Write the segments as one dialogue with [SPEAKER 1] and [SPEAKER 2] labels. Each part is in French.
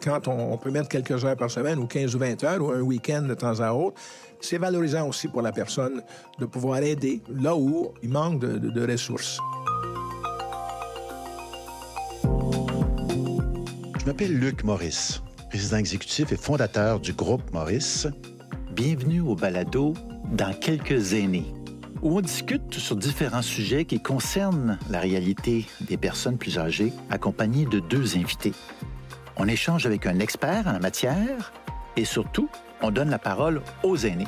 [SPEAKER 1] Quand on peut mettre quelques heures par semaine, ou 15 ou 20 heures, ou un week-end de temps à autre, c'est valorisant aussi pour la personne de pouvoir aider là où il manque de ressources.
[SPEAKER 2] Je m'appelle Luc Morris, président exécutif et fondateur du groupe Morris. Bienvenue au balado « Dans quelques aînés », où on discute sur différents sujets qui concernent la réalité des personnes plus âgées, accompagnées de 2 invités. On échange avec un expert en la matière et surtout, on donne la parole aux aînés.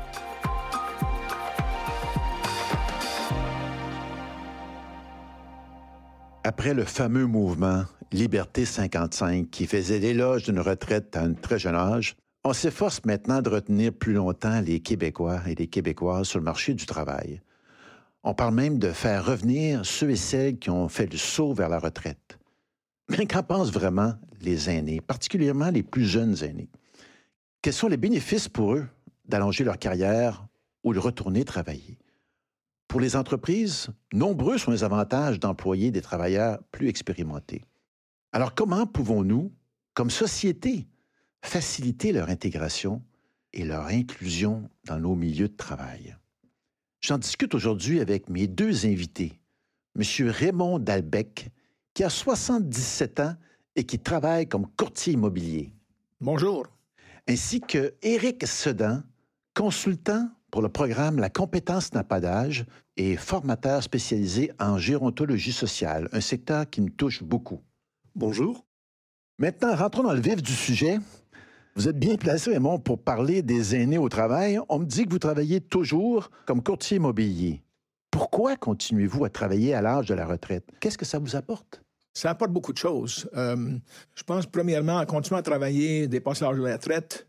[SPEAKER 2] Après le fameux mouvement Liberté 55 qui faisait l'éloge d'une retraite à un très jeune âge, on s'efforce maintenant de retenir plus longtemps les Québécois et les Québécoises sur le marché du travail. On parle même de faire revenir ceux et celles qui ont fait le saut vers la retraite. Mais qu'en pensent vraiment les aînés, particulièrement les plus jeunes aînés? Quels sont les bénéfices pour eux d'allonger leur carrière ou de retourner travailler? Pour les entreprises, nombreux sont les avantages d'employer des travailleurs plus expérimentés. Alors comment pouvons-nous, comme société, faciliter leur intégration et leur inclusion dans nos milieux de travail? J'en discute aujourd'hui avec mes 2 invités, M. Raymond Dalbec, qui a 77 ans et qui travaille comme courtier immobilier.
[SPEAKER 1] Bonjour.
[SPEAKER 2] Ainsi que Éric Sedan, consultant pour le programme La compétence n'a pas d'âge et formateur spécialisé en gérontologie sociale, un secteur qui me touche beaucoup.
[SPEAKER 3] Bonjour.
[SPEAKER 2] Maintenant, rentrons dans le vif du sujet. Vous êtes bien placé, Raymond, pour parler des aînés au travail. On me dit que vous travaillez toujours comme courtier immobilier. Pourquoi continuez-vous à travailler à l'âge de la retraite? Qu'est-ce que ça vous apporte?
[SPEAKER 1] Ça apporte beaucoup de choses. Je pense, premièrement, en continuant à travailler, dépasser l'âge de la retraite,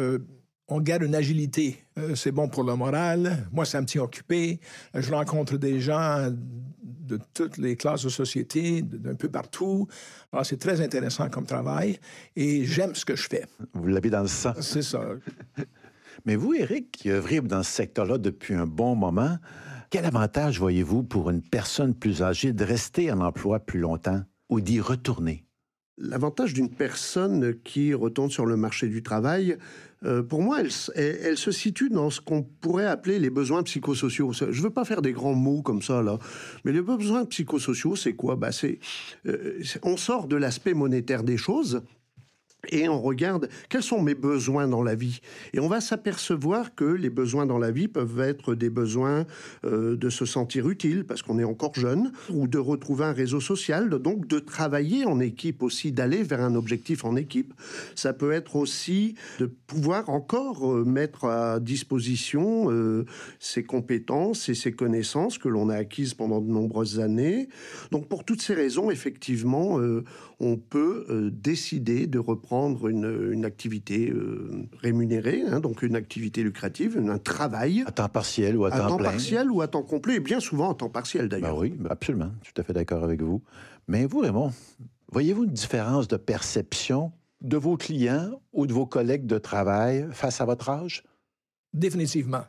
[SPEAKER 1] on garde une agilité. C'est bon pour le moral. Moi, ça me tient occupé. Je rencontre des gens de toutes les classes de société, d'un peu partout. Alors, c'est très intéressant comme travail et j'aime ce que je fais.
[SPEAKER 2] Vous l'avez dans le sang.
[SPEAKER 1] C'est ça.
[SPEAKER 2] Mais vous, Éric, qui œuvrez dans ce secteur-là depuis un bon moment, quel avantage voyez-vous pour une personne plus âgée de rester en emploi plus longtemps ou d'y retourner?
[SPEAKER 3] L'avantage d'une personne qui retourne sur le marché du travail, pour moi, elle se situe dans ce qu'on pourrait appeler les besoins psychosociaux. Je ne veux pas faire des grands mots comme ça, là, mais les besoins psychosociaux, c'est quoi? On sort de l'aspect monétaire des choses et on regarde quels sont mes besoins dans la vie. Et on va s'apercevoir que les besoins dans la vie peuvent être des besoins de se sentir utile parce qu'on est encore jeune, ou de retrouver un réseau social, donc de travailler en équipe aussi, d'aller vers un objectif en équipe. Ça peut être aussi de pouvoir encore mettre à disposition ses compétences et ses connaissances que l'on a acquises pendant de nombreuses années. Donc pour toutes ces raisons, effectivement, on peut décider de reprendre une activité rémunérée, donc une activité lucrative, un travail.
[SPEAKER 2] À temps partiel ou à temps plein.
[SPEAKER 3] À temps partiel ou à temps complet, et bien souvent à temps partiel d'ailleurs.
[SPEAKER 2] Ben oui, absolument, tout à fait d'accord avec vous. Mais vous, Raymond, voyez-vous une différence de perception de vos clients ou de vos collègues de travail face à votre âge?
[SPEAKER 1] Définitivement.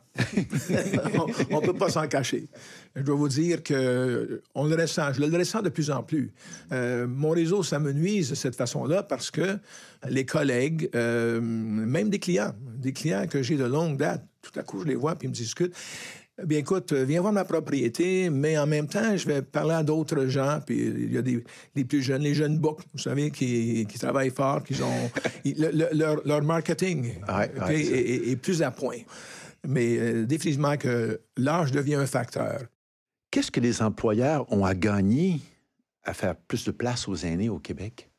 [SPEAKER 1] On ne peut pas s'en cacher. Je dois vous dire que je le ressens de plus en plus. Mon réseau, ça me nuise de cette façon-là parce que les collègues, même des clients que j'ai de longue date, tout à coup, je les vois puis ils me discutent. Bien, écoute, viens voir ma propriété, mais en même temps, je vais parler à d'autres gens, puis il y a les plus jeunes, les jeunes boucs, vous savez, qui travaillent fort, qui ont... leur marketing est plus à point. Mais définitivement que l'âge devient un facteur.
[SPEAKER 2] Qu'est-ce que les employeurs ont à gagner à faire plus de place aux aînés au Québec?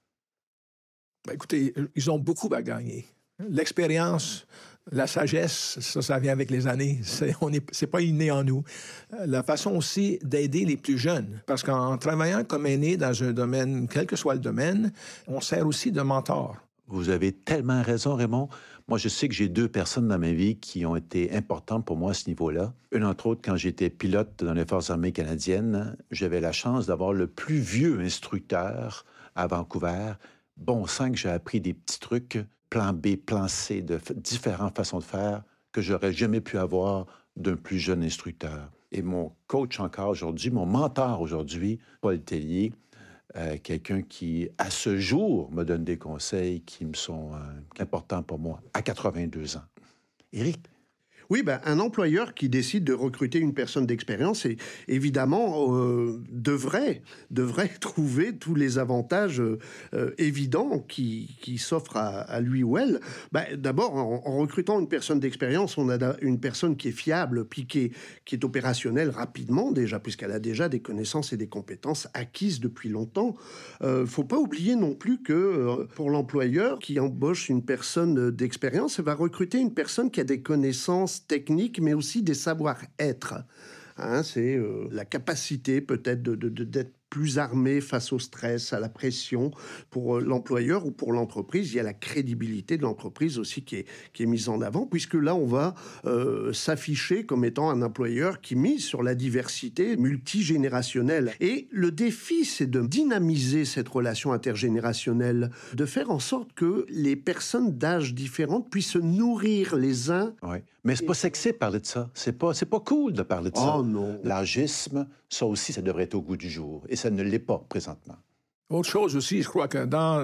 [SPEAKER 1] Ben, écoutez, ils ont beaucoup à gagner. L'expérience, la sagesse, ça vient avec les années. C'est pas inné en nous. La façon aussi d'aider les plus jeunes. Parce qu'en travaillant comme aîné dans un domaine, quel que soit le domaine, on sert aussi de mentor.
[SPEAKER 2] Vous avez tellement raison, Raymond. Moi, je sais que j'ai 2 personnes dans ma vie qui ont été importantes pour moi à ce niveau-là. Une, entre autres, quand j'étais pilote dans les Forces armées canadiennes, j'avais la chance d'avoir le plus vieux instructeur à Vancouver. Bon sang que j'ai appris des petits trucs, plan B, plan C, de différentes façons de faire que j'aurais jamais pu avoir d'un plus jeune instructeur. Et mon coach encore aujourd'hui, mon mentor aujourd'hui, Paul Tellier, quelqu'un qui, à ce jour, me donne des conseils qui me sont importants pour moi, à 82 ans. Éric?
[SPEAKER 3] Oui, un employeur qui décide de recruter une personne d'expérience, évidemment, devrait trouver tous les avantages évidents qui s'offrent à lui ou elle. D'abord, en recrutant une personne d'expérience, on a une personne qui est fiable, puis qui est opérationnelle rapidement déjà, puisqu'elle a déjà des connaissances et des compétences acquises depuis longtemps. Faut pas oublier non plus que pour l'employeur qui embauche une personne d'expérience, elle va recruter une personne qui a des connaissances techniques, mais aussi des savoir-être. C'est la capacité peut-être d'être plus armé face au stress, à la pression pour l'employeur ou pour l'entreprise. Il y a la crédibilité de l'entreprise aussi qui est mise en avant, puisque là, on va s'afficher comme étant un employeur qui mise sur la diversité multigénérationnelle. Et le défi, c'est de dynamiser cette relation intergénérationnelle, de faire en sorte que les personnes d'âge différentes puissent se nourrir les uns.
[SPEAKER 2] Oui, mais c'est pas sexy de parler de ça. C'est pas cool de parler de ça.
[SPEAKER 3] Oh non!
[SPEAKER 2] L'agisme, ça aussi, ça devrait être au goût du jour. Et ça ne l'est pas présentement.
[SPEAKER 1] Autre chose aussi, je crois que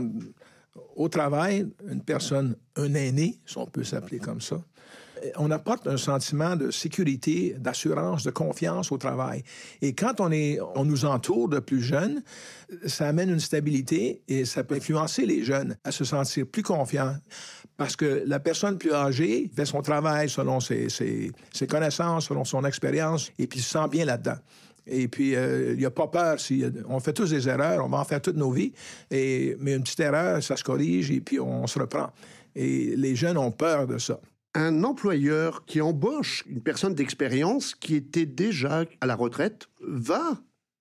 [SPEAKER 1] au travail, une personne, un aîné, si on peut s'appeler comme ça, on apporte un sentiment de sécurité, d'assurance, de confiance au travail. Et quand on nous entoure de plus jeunes, ça amène une stabilité et ça peut influencer les jeunes à se sentir plus confiants. Parce que la personne plus âgée fait son travail selon ses connaissances, selon son expérience, et puis se sent bien là-dedans. Et puis, il n'y a pas peur. On fait tous des erreurs, on va en faire toute nos vies. Mais une petite erreur, ça se corrige et puis on se reprend. Et les jeunes ont peur de ça.
[SPEAKER 3] Un employeur qui embauche une personne d'expérience qui était déjà à la retraite va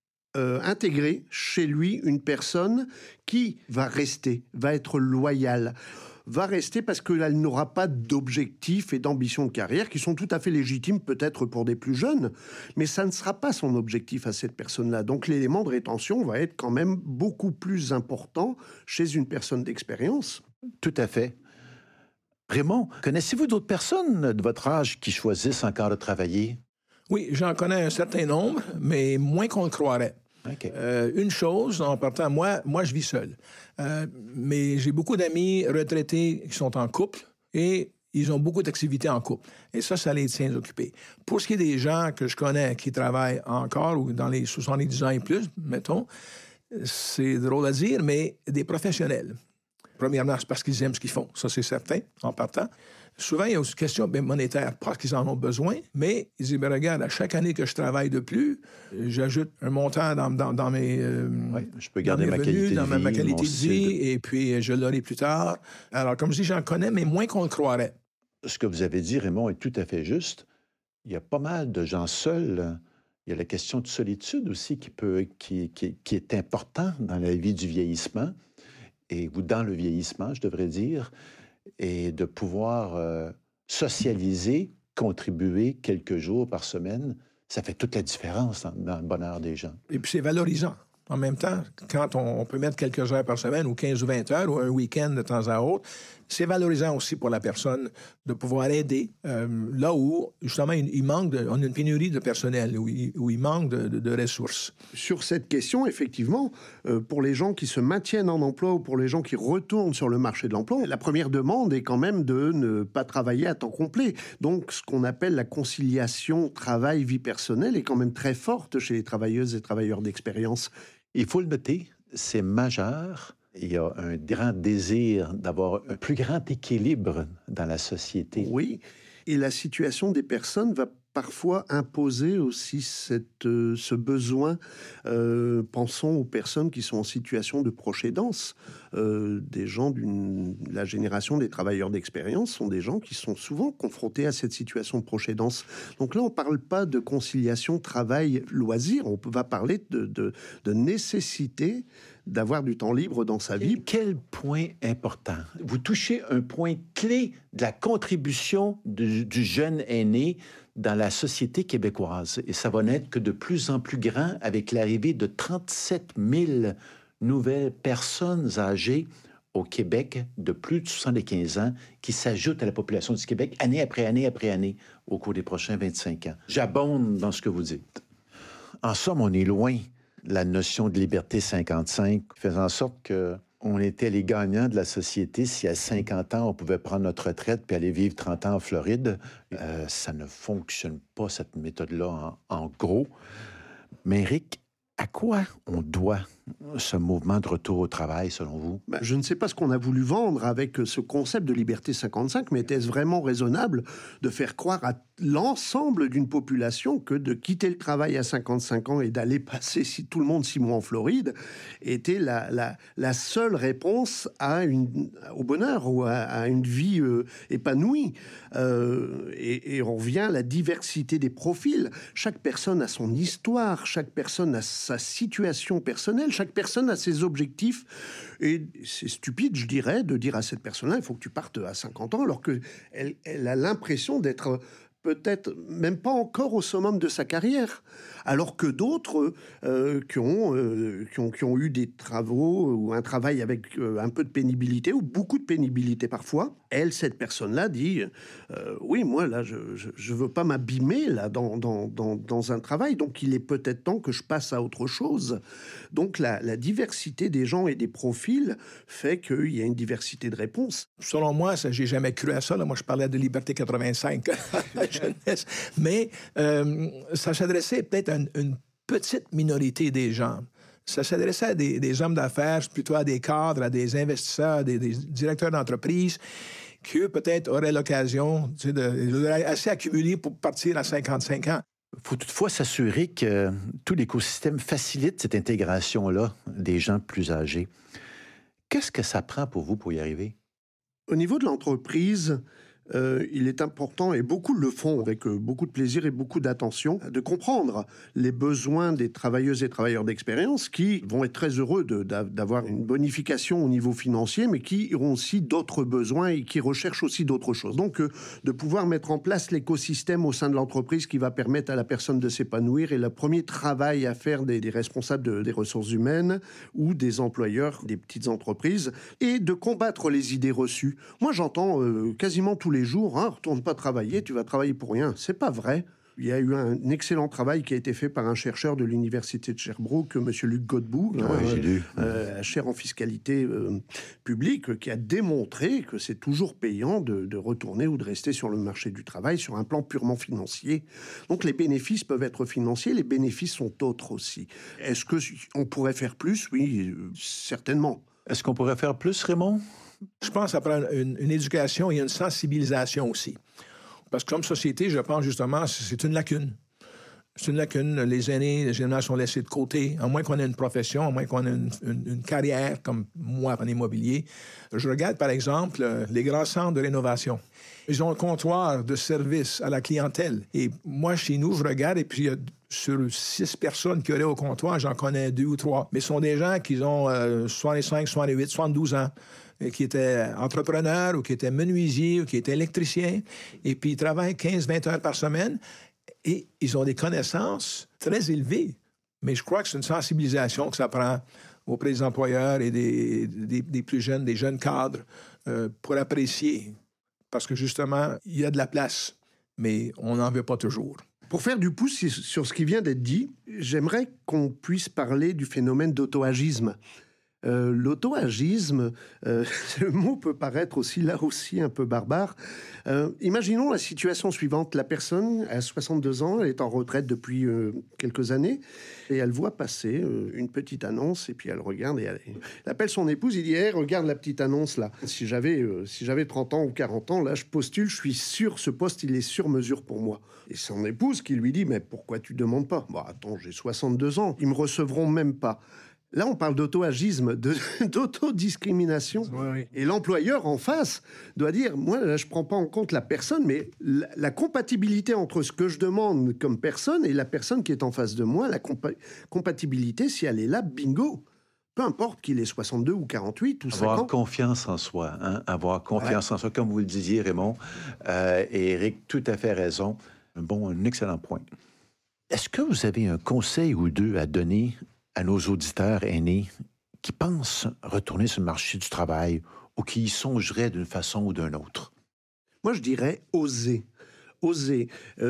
[SPEAKER 3] intégrer chez lui une personne qui va rester, va être loyale. Va rester parce qu'elle n'aura pas d'objectifs et d'ambitions de carrière qui sont tout à fait légitimes peut-être pour des plus jeunes, mais ça ne sera pas son objectif à cette personne-là. Donc l'élément de rétention va être quand même beaucoup plus important chez une personne d'expérience.
[SPEAKER 2] Tout à fait. Raymond, connaissez-vous d'autres personnes de votre âge qui choisissent encore de travailler?
[SPEAKER 1] Oui, j'en connais un certain nombre, mais moins qu'on le croirait.
[SPEAKER 2] Okay.
[SPEAKER 1] Une chose, en partant, moi, je vis seul. Mais j'ai beaucoup d'amis retraités qui sont en couple et ils ont beaucoup d'activités en couple. Et ça les tient occupés. Pour ce qui est des gens que je connais qui travaillent encore ou dans les 70 ans et plus, mettons, c'est drôle à dire, mais des professionnels. Premièrement, c'est parce qu'ils aiment ce qu'ils font. Ça, c'est certain, en partant. Souvent, il y a aussi une question monétaire, pas qu'ils en ont besoin, mais ils disent, regarde, à chaque année que je travaille de plus, j'ajoute un montant dans mes
[SPEAKER 2] je peux garder ma qualité de vie,
[SPEAKER 1] ma qualité de vie, et puis je l'aurai plus tard. Alors, comme je dis, j'en connais, mais moins qu'on le croirait.
[SPEAKER 2] Ce que vous avez dit, Raymond, est tout à fait juste. Il y a pas mal de gens seuls. Il y a la question de solitude aussi qui est important dans la vie du vieillissement, ou dans le vieillissement, je devrais dire, et de pouvoir socialiser, contribuer quelques jours par semaine, ça fait toute la différence dans le bonheur des gens.
[SPEAKER 1] Et puis c'est valorisant. En même temps, quand on peut mettre quelques heures par semaine, ou 15 ou 20 heures, ou un week-end de temps à autre, c'est valorisant aussi pour la personne de pouvoir aider là où, justement, on a une pénurie de personnel, où il manque de ressources.
[SPEAKER 3] Sur cette question, effectivement, pour les gens qui se maintiennent en emploi ou pour les gens qui retournent sur le marché de l'emploi, la première demande est quand même de ne pas travailler à temps complet. Donc, ce qu'on appelle la conciliation travail-vie personnelle est quand même très forte chez les travailleuses et travailleurs d'expérience.
[SPEAKER 2] Il faut le noter, c'est majeur. Il y a un grand désir d'avoir un plus grand équilibre dans la société.
[SPEAKER 3] Oui, et la situation des personnes va parfois imposer aussi ce besoin. Pensons aux personnes qui sont en situation de proche aidance. Des gens de la génération des travailleurs d'expérience sont des gens qui sont souvent confrontés à cette situation de proche aidance. Donc là, on ne parle pas de conciliation travail-loisir, on va parler de nécessité d'avoir du temps libre dans sa vie.
[SPEAKER 2] Quel point important. Vous touchez un point clé de la contribution du jeune aîné dans la société québécoise. Et ça va n'être que de plus en plus grand avec l'arrivée de 37 000 nouvelles personnes âgées au Québec de plus de 75 ans qui s'ajoutent à la population du Québec année après année après année au cours des prochains 25 ans. J'abonde dans ce que vous dites. En somme, on est loin la notion de liberté 55 faisant en sorte qu'on était les gagnants de la société si à 50 ans, on pouvait prendre notre retraite puis aller vivre 30 ans en Floride. Ça ne fonctionne pas, cette méthode-là, en gros. Mais Éric, à quoi on doit ce mouvement de retour au travail, selon vous?
[SPEAKER 3] Je ne sais pas ce qu'on a voulu vendre avec ce concept de liberté 55, mais était-ce vraiment raisonnable de faire croire à l'ensemble d'une population que de quitter le travail à 55 ans et d'aller passer tout le monde 6 mois en Floride était la seule réponse au bonheur ou à une vie épanouie? Et on revient à la diversité des profils. Chaque personne a son histoire, chaque personne a sa situation personnelle, chaque personne a ses objectifs. Et c'est stupide, je dirais, de dire à cette personne-là, il faut que tu partes à 50 ans, alors qu'elle a l'impression d'être peut-être même pas encore au summum de sa carrière, alors que d'autres qui ont eu des travaux ou un travail avec un peu de pénibilité ou beaucoup de pénibilité parfois, cette personne-là dit oui, moi là je veux pas m'abîmer là dans un travail, donc il est peut-être temps que je passe à autre chose. Donc la diversité des gens et des profils fait qu'il y a une diversité de réponses.
[SPEAKER 1] Selon moi, j'ai jamais cru à ça. Là. Moi, je parlais de Liberté 85 à la jeunesse. Mais ça s'adressait peut-être à une petite minorité des gens. Ça s'adressait à des hommes d'affaires, plutôt à des cadres, à des investisseurs, des directeurs d'entreprise qui, eux, peut-être auraient l'occasion assez accumulé pour partir à 55 ans.
[SPEAKER 2] Il faut toutefois s'assurer que tout l'écosystème facilite cette intégration-là des gens plus âgés. Qu'est-ce que ça prend pour vous pour y arriver?
[SPEAKER 3] Au niveau de l'entreprise, il est important, et beaucoup le font avec beaucoup de plaisir et beaucoup d'attention, de comprendre les besoins des travailleuses et travailleurs d'expérience qui vont être très heureux d'avoir une bonification au niveau financier, mais qui ont aussi d'autres besoins et qui recherchent aussi d'autres choses. Donc, de pouvoir mettre en place l'écosystème au sein de l'entreprise qui va permettre à la personne de s'épanouir est le premier travail à faire des responsables des ressources humaines ou des employeurs des petites entreprises, et de combattre les idées reçues. Moi, j'entends quasiment tous les jours, retourne pas travailler, tu vas travailler pour rien. C'est pas vrai. Il y a eu un excellent travail qui a été fait par un chercheur de l'Université de Sherbrooke, M. Luc Godbout, cher en fiscalité publique, qui a démontré que c'est toujours payant de retourner ou de rester sur le marché du travail sur un plan purement financier. Donc les bénéfices peuvent être financiers, les bénéfices sont autres aussi. Est-ce qu'on pourrait faire plus? Oui, certainement.
[SPEAKER 2] Est-ce qu'on pourrait faire plus, Raymond?
[SPEAKER 1] Je pense que ça prend une éducation et une sensibilisation aussi. Parce que comme société, je pense justement, c'est une lacune. C'est une lacune. Les aînés, les générations sont laissés de côté, à moins qu'on ait une profession, à moins qu'on ait une carrière, comme moi en immobilier. Je regarde, par exemple, les grands centres de rénovation. Ils ont un comptoir de service à la clientèle. Et moi, chez nous, je regarde, et puis sur 6 personnes qui auraient au comptoir, j'en connais 2 ou 3. Mais ce sont des gens qui ont 65, 68, 72 ans, qui étaient entrepreneurs ou qui étaient menuisiers ou qui étaient électriciens. Et puis, ils travaillent 15-20 heures par semaine et ils ont des connaissances très élevées. Mais je crois que c'est une sensibilisation que ça prend auprès des employeurs et des plus jeunes, des jeunes cadres, pour apprécier. Parce que justement, il y a de la place, mais on n'en veut pas toujours.
[SPEAKER 3] Pour faire du pouce sur ce qui vient d'être dit, j'aimerais qu'on puisse parler du phénomène d'auto-agisme. L'auto-agisme, le mot peut paraître là aussi un peu barbare. Imaginons la situation suivante. La personne a 62 ans, elle est en retraite depuis quelques années, et elle voit passer une petite annonce, et puis elle regarde, et elle appelle son épouse, il dit hey, « regarde la petite annonce là. Si j'avais 30 ans ou 40 ans, là je postule, je suis sûr, ce poste il est sur mesure pour moi. » Et son épouse qui lui dit « mais pourquoi tu demandes pas ?»« Bon, attends, j'ai 62 ans, ils me recevront même pas. » Là, on parle d'auto-agisme, d'autodiscrimination. Oui. Et l'employeur en face doit dire, moi, là, je ne prends pas en compte la personne, mais la compatibilité entre ce que je demande comme personne et la personne qui est en face de moi, la compatibilité, si elle est là, bingo. Peu importe qu'il ait 62 ou 48 ou 50.
[SPEAKER 2] Avoir confiance en soi, avoir confiance en soi, comme vous le disiez, Raymond. Et Éric, tout à fait raison. Un excellent point. Est-ce que vous avez un conseil ou deux à donner à nos auditeurs aînés qui pensent retourner sur le marché du travail ou qui y songeraient d'une façon ou d'une autre?
[SPEAKER 3] Moi, je dirais oser. Oser.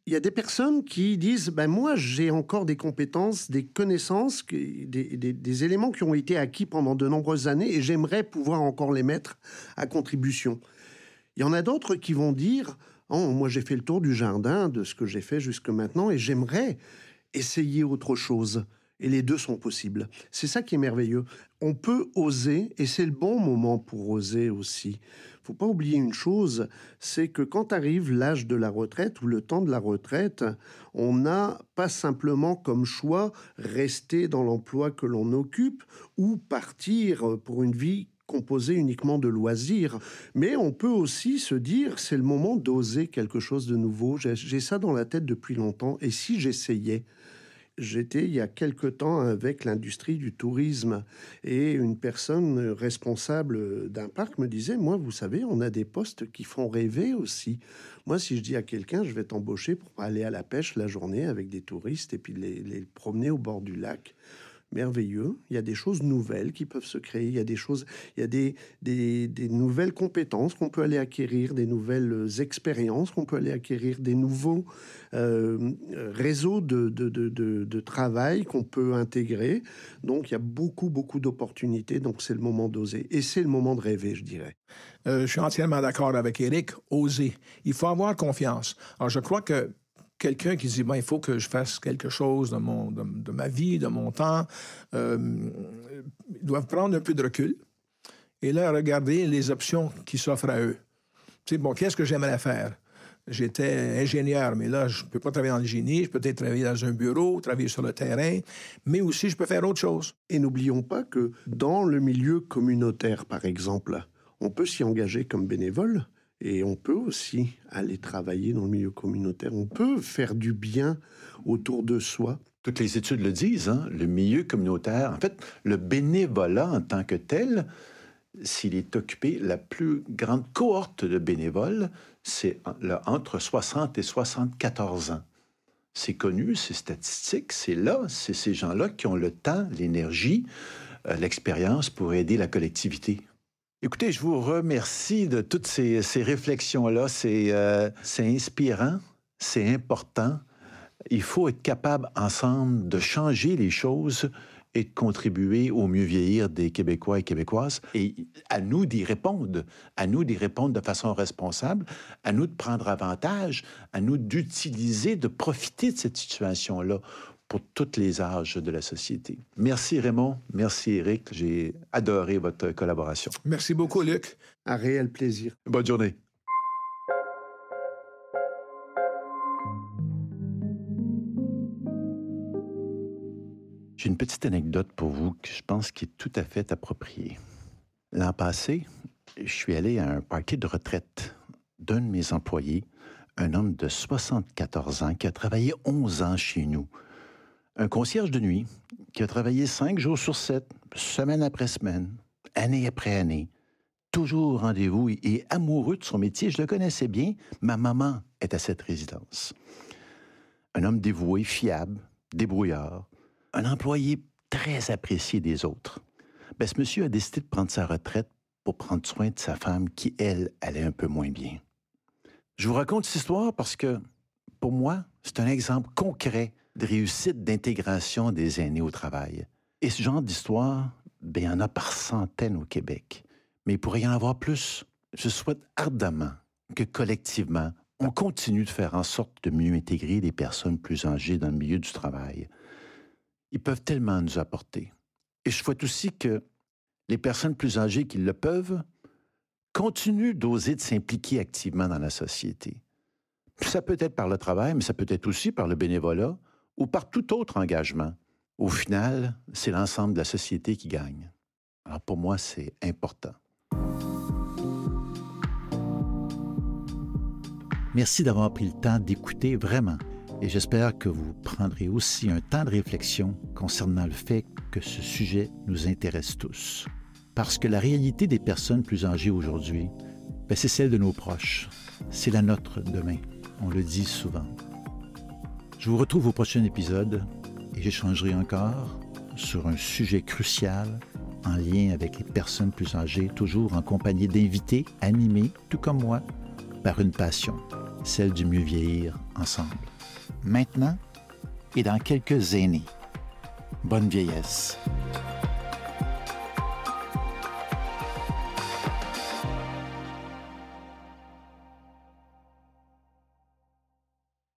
[SPEAKER 3] il y a des personnes qui disent « moi, j'ai encore des compétences, des connaissances, des éléments qui ont été acquis pendant de nombreuses années et j'aimerais pouvoir encore les mettre à contribution. » Il y en a d'autres qui vont dire « moi, j'ai fait le tour du jardin de ce que j'ai fait jusque maintenant et j'aimerais essayer autre chose. » Et les deux sont possibles. C'est ça qui est merveilleux. On peut oser, et c'est le bon moment pour oser aussi. Il ne faut pas oublier une chose, c'est que quand arrive l'âge de la retraite ou le temps de la retraite, on n'a pas simplement comme choix rester dans l'emploi que l'on occupe ou partir pour une vie composée uniquement de loisirs. Mais on peut aussi se dire, c'est le moment d'oser quelque chose de nouveau. J'ai ça dans la tête depuis longtemps. Et si j'essayais ? J'étais il y a quelque temps avec l'industrie du tourisme et une personne responsable d'un parc me disait « Moi, vous savez, on a des postes qui font rêver aussi. Moi, si je dis à quelqu'un, je vais t'embaucher pour aller à la pêche la journée avec des touristes et puis les promener au bord du lac. » Merveilleux. Il y a des choses nouvelles qui peuvent se créer. Il y a des choses, il y a des nouvelles compétences qu'on peut aller acquérir, des nouvelles expériences qu'on peut aller acquérir, des nouveaux réseaux de travail qu'on peut intégrer. Donc, il y a beaucoup d'opportunités. Donc, c'est le moment d'oser. Et c'est le moment de rêver, je dirais.
[SPEAKER 1] Je suis entièrement d'accord avec Éric. Oser. Il faut avoir confiance. Alors, je crois que quelqu'un qui dit, il faut que je fasse quelque chose de ma vie, de mon temps, doivent prendre un peu de recul et là, regarder les options qui s'offrent à eux. Tu sais, qu'est-ce que j'aimerais faire? J'étais ingénieur, mais là, je ne peux pas travailler dans le génie. Je peux peut-être travailler dans un bureau, travailler sur le terrain, mais aussi, je peux faire autre chose.
[SPEAKER 3] Et n'oublions pas que dans le milieu communautaire, par exemple, on peut s'y engager comme bénévole. Et on peut aussi aller travailler dans le milieu communautaire. On peut faire du bien autour de soi.
[SPEAKER 2] Toutes les études le disent, le milieu communautaire. En fait, le bénévolat en tant que tel, s'il est occupé, la plus grande cohorte de bénévoles, c'est entre 60 et 74 ans. C'est connu, c'est statistique, c'est ces gens-là qui ont le temps, l'énergie, l'expérience pour aider la collectivité. Écoutez, je vous remercie de toutes ces réflexions-là. C'est inspirant, c'est important. Il faut être capable, ensemble, de changer les choses et de contribuer au mieux vieillir des Québécois et Québécoises. Et à nous d'y répondre, de façon responsable, à nous de prendre avantage, à nous d'utiliser, de profiter de cette situation-là pour tous les âges de la société. Merci Raymond, merci Éric, j'ai adoré votre collaboration.
[SPEAKER 1] Merci beaucoup Luc.
[SPEAKER 3] Un réel plaisir.
[SPEAKER 2] Bonne journée. J'ai une petite anecdote pour vous que je pense qui est tout à fait appropriée. L'an passé, je suis allé à un party de retraite d'un de mes employés, un homme de 74 ans qui a travaillé 11 ans chez nous. Un concierge de nuit qui a travaillé 5 jours sur 7, semaine après semaine, année après année, toujours au rendez-vous et amoureux de son métier. Je le connaissais bien. Ma maman est à cette résidence. Un homme dévoué, fiable, débrouillard, un employé très apprécié des autres. Ce monsieur a décidé de prendre sa retraite pour prendre soin de sa femme qui, elle, allait un peu moins bien. Je vous raconte cette histoire parce que, pour moi, c'est un exemple concret de réussite d'intégration des aînés au travail. Et ce genre d'histoire, il y en a par centaines au Québec. Mais il pourrait y en avoir plus. Je souhaite ardemment que, collectivement, on continue de faire en sorte de mieux intégrer les personnes plus âgées dans le milieu du travail. Ils peuvent tellement nous apporter. Et je souhaite aussi que les personnes plus âgées qui le peuvent continuent d'oser de s'impliquer activement dans la société. Ça peut être par le travail, mais ça peut être aussi par le bénévolat ou par tout autre engagement. Au final, c'est l'ensemble de la société qui gagne. Alors pour moi, c'est important. Merci d'avoir pris le temps d'écouter vraiment. Et j'espère que vous prendrez aussi un temps de réflexion concernant le fait que ce sujet nous intéresse tous. Parce que la réalité des personnes plus âgées aujourd'hui, c'est celle de nos proches. C'est la nôtre demain. On le dit souvent. Je vous retrouve au prochain épisode et j'échangerai encore sur un sujet crucial en lien avec les personnes plus âgées, toujours en compagnie d'invités animés, tout comme moi, par une passion, celle du mieux vieillir ensemble. Maintenant et dans quelques années. Bonne vieillesse.